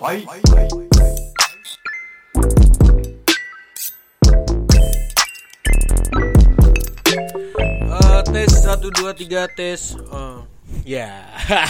Fight. Tes 1 2 3 tes. Ya.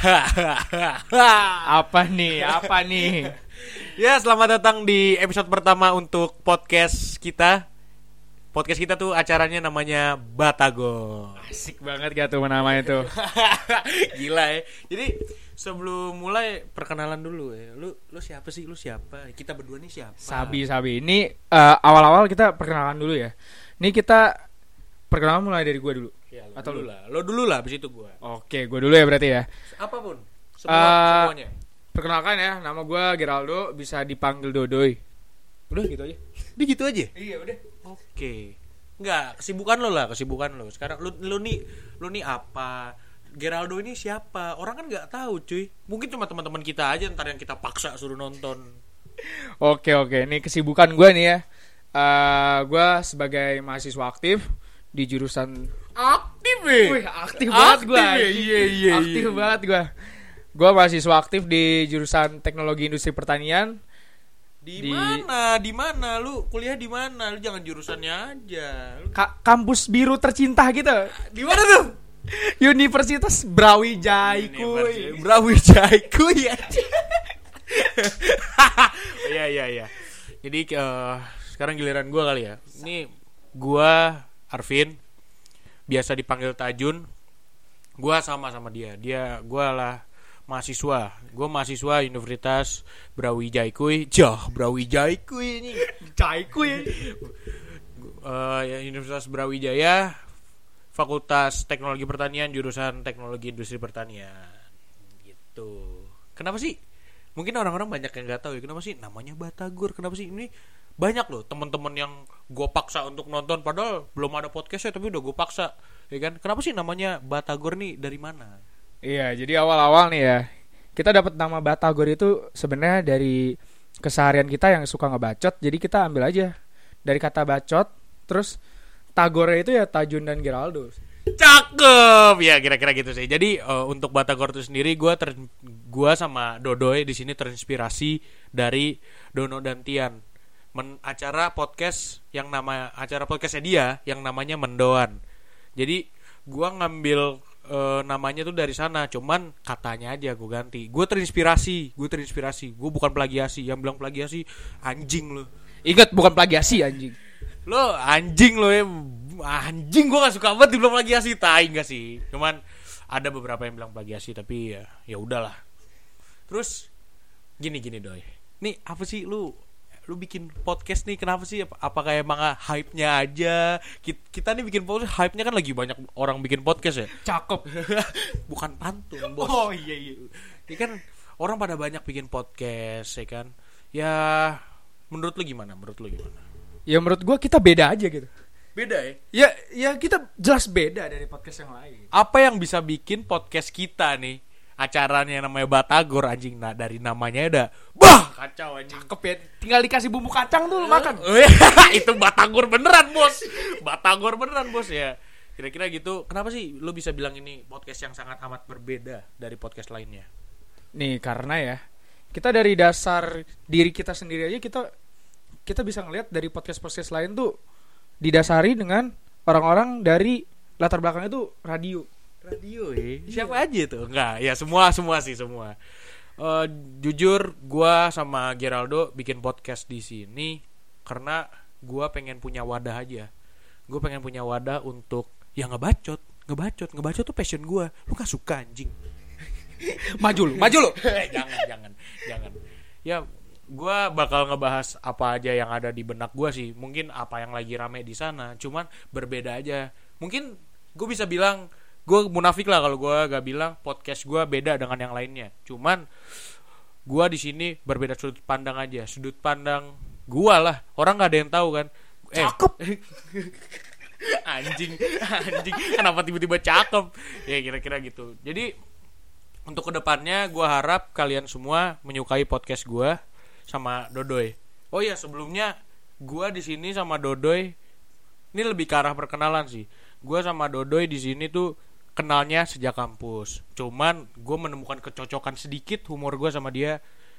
Apa nih? Ya, selamat datang di episode pertama untuk podcast kita. Podcast kita tuh acaranya namanya Batagor. Asik banget gak tuh nama itu? Gila ya. Jadi sebelum mulai perkenalan dulu ya. Lu siapa sih? Lu siapa? Kita berdua nih siapa? Sabi. Ini awal-awal kita perkenalan dulu ya. Ini kita perkenalan mulai dari gue dulu. Ya, atau dulu lah. Lo dulu lah, abis itu gua. Oke, gue dulu ya berarti ya. Apapun. Semuanya. Perkenalkan ya, nama gue Geraldo, bisa dipanggil Dodoy. Udah gitu aja. Udah gitu aja. Iya udah. Oke. Enggak, kesibukan lo. Sekarang lu nih apa? Geraldo ini siapa? Orang kan enggak tahu, cuy. Mungkin cuma teman-teman kita aja ntar yang kita paksa suruh nonton. Oke. Ini kesibukan gue nih ya. Gue sebagai mahasiswa aktif di jurusan Aktif ya? Wih, aktif banget gue. Iya. Aktif banget gue. Gue mahasiswa aktif di jurusan Teknologi Industri Pertanian. Di mana? Lu kuliah di mana? Lu jangan jurusannya aja. Kampus biru tercinta gitu. Di mana tuh? Universitas Brawijaya kuy. Brawijaya kuy ya. Iya. Jadi sekarang giliran gue kali ya. Ini gue Arvin, biasa dipanggil Tajun. Gue sama dia. Gue lah mahasiswa. Gue mahasiswa Universitas Brawijaya kuy. Brawijaya kuy ini. Universitas Brawijaya, Fakultas Teknologi Pertanian, jurusan Teknologi Industri Pertanian. Gitu. Kenapa sih? Mungkin orang-orang banyak yang nggak tahu ya. Kenapa sih namanya Batagor? Kenapa sih ini? Banyak loh teman-teman yang gue paksa untuk nonton, padahal belum ada podcastnya tapi udah gue paksa, ya kan? Kenapa sih namanya Batagor nih, dari mana? Iya, jadi awal-awal nih ya, kita dapat nama Batagor itu sebenarnya dari keseharian kita yang suka ngebacot. Jadi kita ambil aja dari kata bacot, terus Tagornya itu ya Tajun dan Geraldo. Cakep ya, kira-kira gitu sih. Jadi untuk Batagor itu sendiri gue sama Dodoy di sini terinspirasi dari Dono dan Tian. Acara podcastnya dia yang namanya Mendoan. Jadi gue ngambil namanya tuh dari sana, cuman katanya aja gue ganti. Gue terinspirasi. Gue bukan plagiasi. Yang bilang plagiasi anjing lo. Ingat, bukan plagiasi anjing. Lo anjing lo ya. Anjing, gue gak suka banget dibilang plagiasi. Tai gak sih? Cuman ada beberapa yang bilang plagiasi, tapi ya udahlah. Terus gini Doy. Nih apa sih lu bikin podcast nih, kenapa sih? Apakah emang hype-nya aja? Kita nih bikin podcast, hype-nya kan lagi banyak orang bikin podcast ya. Cakep. Bukan pantun, bos. Oh iya. Ini kan orang pada banyak bikin podcast, ya kan? Ya, menurut lu gimana? Ya menurut gue kita beda aja gitu. Beda ya? Ya kita jelas beda dari podcast yang lain. Apa yang bisa bikin podcast kita nih, acaranya yang namanya Batagor, anjing, nah dari namanya udah kacau anjing. Cakep ya, tinggal dikasih bumbu kacang tuh lu makan. Itu Batagor beneran bos ya. Kira-kira gitu. Kenapa sih lu bisa bilang ini podcast yang sangat amat berbeda dari podcast lainnya? Nih karena ya, kita dari dasar diri kita sendiri aja kita bisa ngelihat dari podcast lain tuh didasari dengan orang-orang dari latar belakangnya tuh radio ya. Siapa aja tuh? Enggak, ya semua. Jujur, gue sama Geraldo bikin podcast di sini karena gue pengen punya wadah aja. Gue pengen punya wadah untuk ya ngebacot tuh passion gue. Lu gak suka anjing? Maju lu. Jangan. Ya, gue bakal ngebahas apa aja yang ada di benak gue sih. Mungkin apa yang lagi rame di sana. Cuman berbeda aja. Mungkin gue bisa bilang gue munafik lah kalau gue gak bilang podcast gue beda dengan yang lainnya. Cuman gue di sini berbeda sudut pandang aja. Sudut pandang gue lah. Orang gak ada yang tahu kan. Cakep. Anjing. Kenapa tiba-tiba cakep? Ya kira-kira gitu. Jadi untuk kedepannya gue harap kalian semua menyukai podcast gue sama Dodoy. Oh iya, sebelumnya gue di sini sama Dodoy ini lebih ke arah perkenalan sih. Gue sama Dodoy di sini tuh kenalnya sejak kampus. Cuman gue menemukan kecocokan sedikit humor gue sama dia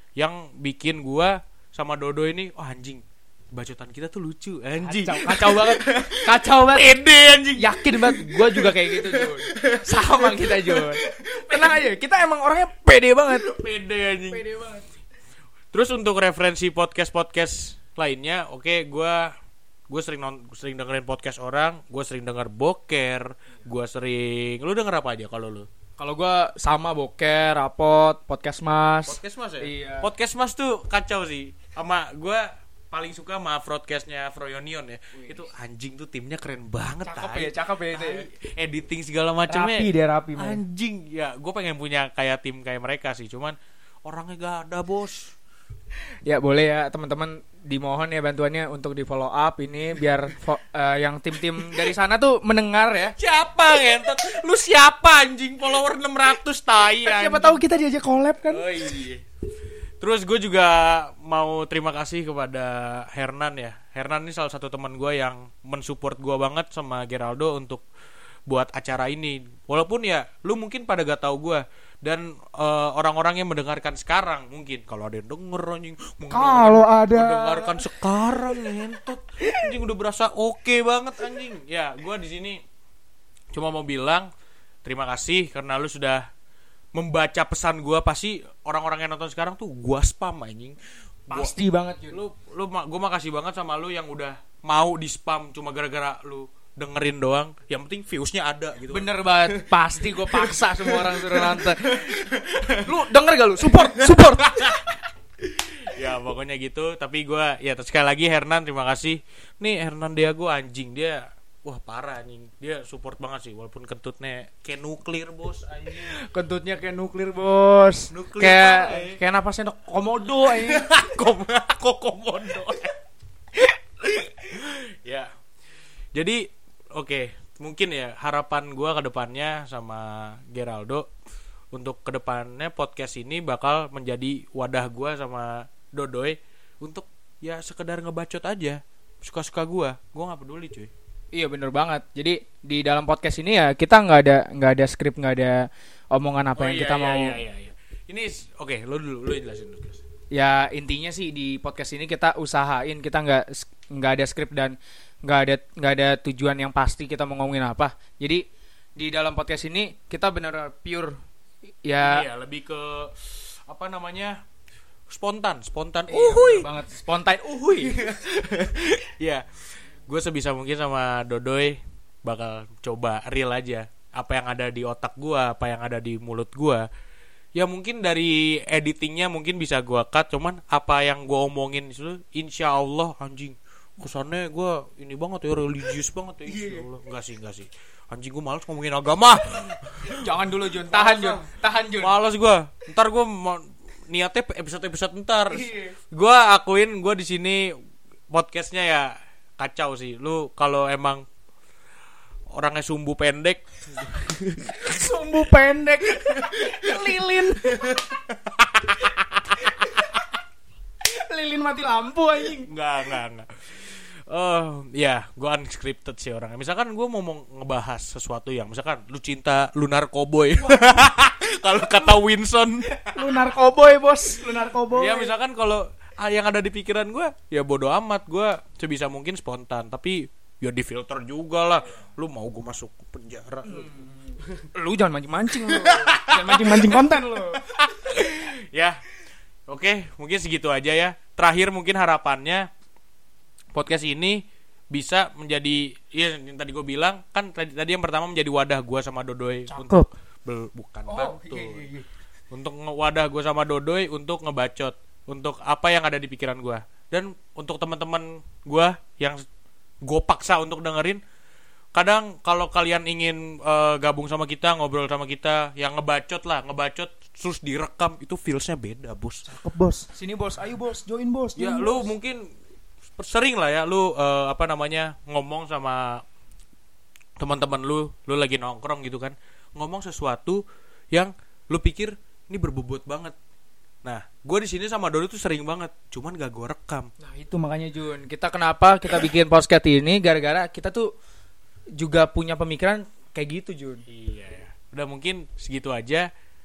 yang bikin gua sama Dodo ini anjing, bacotan kita tuh lucu anjing. Kacau banget. Kacau banget. Pede anjing. Yakin banget gue juga kayak gitu, Jun. Sama kita, Jun. Tenang aja, kita emang orangnya pede banget. Pede anjing. Pede banget. Terus untuk referensi podcast lainnya, oke, gue sering dengerin podcast orang, gue sering denger Boker, lu denger apa aja kalau lu? Kalau gue sama Boker, Rapot, Podcast Mas. Podcast Mas ya? Iya. Podcast Mas tuh kacau sih. Sama gue paling suka sama broadcastnya Froyonion ya. Itu anjing tuh timnya keren banget. Cakep ya itu ya. Editing segala macamnya. Rapi dia, rapi. Anjing. Ya, gue pengen punya kayak tim kayak mereka sih. Cuman orangnya gak ada, bos. Ya boleh ya teman-teman, dimohon ya bantuannya untuk di follow up ini biar yang tim-tim dari sana tuh mendengar ya. Siapa ngentot? Lu siapa anjing? Follower 600 tai anjing. Siapa tahu kita diajak collab kan. Oh iya. Terus gue juga mau terima kasih kepada Hernan ya. Hernan ini salah satu teman gue yang mensupport gue banget sama Geraldo untuk buat acara ini. Walaupun ya lu mungkin pada gak tahu gue. Dan orang-orang yang mendengarkan sekarang mungkin kalau ada yang denger anjing, kalau ada mendengarkan sekarang ngentot anjing udah berasa oke banget anjing. Ya gue di sini cuma mau bilang terima kasih karena lu sudah membaca pesan gue. Pasti orang-orang yang nonton sekarang tuh gue spam anjing. Pasti banget Jun. Gue makasih banget sama lu yang udah mau di spam cuma gara-gara lu dengerin doang. Yang penting viewsnya ada gitu. Bener banget. Pasti gue paksa semua orang suruh nonton. Lu denger gak lu? Support. Ya pokoknya gitu. Tapi gue ya sekali lagi Hernan terima kasih. Nih Hernan Diago anjing, dia wah parah anjing. Dia support banget sih walaupun kentutnya kayak nuklir bos anjing. Kentutnya kayak nuklir bos. Kayak napasnya komodo anjing. Komodo. Ya. Jadi oke, mungkin ya harapan gue ke depannya sama Geraldo untuk ke depannya podcast ini bakal menjadi wadah gue sama Dodoy untuk ya sekedar ngebacot aja, suka-suka gue nggak peduli cuy. Iya bener banget. Jadi di dalam podcast ini ya kita nggak ada skrip, nggak ada omongan apa yang kita mau. Iya. Ini oke, lu jelasin dulu. Ya intinya sih di podcast ini kita usahain kita nggak ada skrip dan nggak ada tujuan yang pasti kita mau ngomongin apa. Jadi di dalam podcast ini kita benar pure ya. Iya, lebih ke apa namanya, spontan. Uhuy banget, spontan uhuy. Ya, gue sebisa mungkin sama Dodoy bakal coba real aja apa yang ada di otak gue, apa yang ada di mulut gue. Ya mungkin dari editingnya mungkin bisa gue cut, cuman apa yang gue omongin itu insya Allah anjing kesannya gue ini banget ya, religius banget ya. Insya Allah. Enggak sih anjing, gue males ngomongin agama. Jangan dulu Jun, tahan Jun. Males gue, ntar gue niatnya episode ntar. Gue akuin gue di sini podcastnya ya kacau sih. Lu kalau emang orangnya sumbu pendek lilin mati lampu anjing. Enggak. Ya, gue unscripted sih orangnya. Misalkan gue mau ngebahas sesuatu yang misalkan lu cinta, lu narkoboy. Kalau kata Winston, lu narkoboy bos. Ya misalkan kalau yang ada di pikiran gue, ya bodo amat, gue sebisa mungkin spontan. Tapi ya difilter juga lah. Lu mau gue masuk penjara? Lu jangan mancing-mancing lu. Jangan mancing-mancing konten lu. Ya, oke, mungkin segitu aja ya. Terakhir mungkin harapannya podcast ini bisa menjadi, ya yang tadi gue bilang kan tadi yang pertama menjadi wadah gue sama Dodoy. Cakep. Untuk bukan pantun. Iya. Untuk wadah gue sama Dodoy untuk ngebacot, untuk apa yang ada di pikiran gue. Dan untuk teman-teman gue yang gue paksa untuk dengerin, kadang kalau kalian ingin gabung sama kita, ngobrol sama kita, yang ngebacot terus direkam, itu feelsnya beda bos. Cakep bos. Sini bos, ayo bos, join bos. Ya lu mungkin sering lah ya lu ngomong sama teman-teman lu lagi nongkrong gitu kan, ngomong sesuatu yang lu pikir ini berbobot banget. Nah, gue di sini sama Dodo tuh sering banget, cuman gak gue rekam. Nah itu makanya Jun, kenapa kita bikin podcast ini, gara-gara kita tuh juga punya pemikiran kayak gitu Jun. Iya ya. Udah mungkin segitu aja.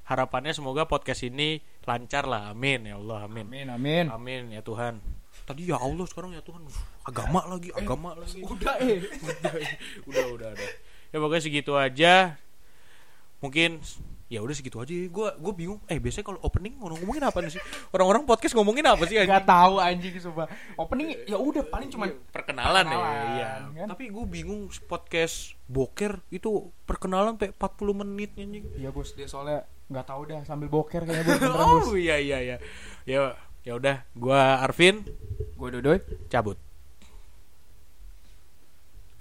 harapannya semoga podcast ini lancar lah. Amin ya Allah, amin. Amin ya Tuhan. Tadi ya Allah, sekarang ya Tuhan. Agama lagi. Udah Udah. Ya pokoknya segitu aja. Mungkin ya udah segitu aja. Gue bingung. Biasanya kalau opening ngomongin apa sih? Orang-orang podcast ngomongin apa sih? Gak tahu anjing coba. Opening ya udah paling cuma perkenalan ya. Iya. Kan? Tapi gue bingung podcast boker itu perkenalan sampai 40 menit anjing. Iya bos, dia soalnya nggak tahu dah sambil boker kayaknya bos. Iya. Ya udah, gue Arvin, Gue Dodoy cabut.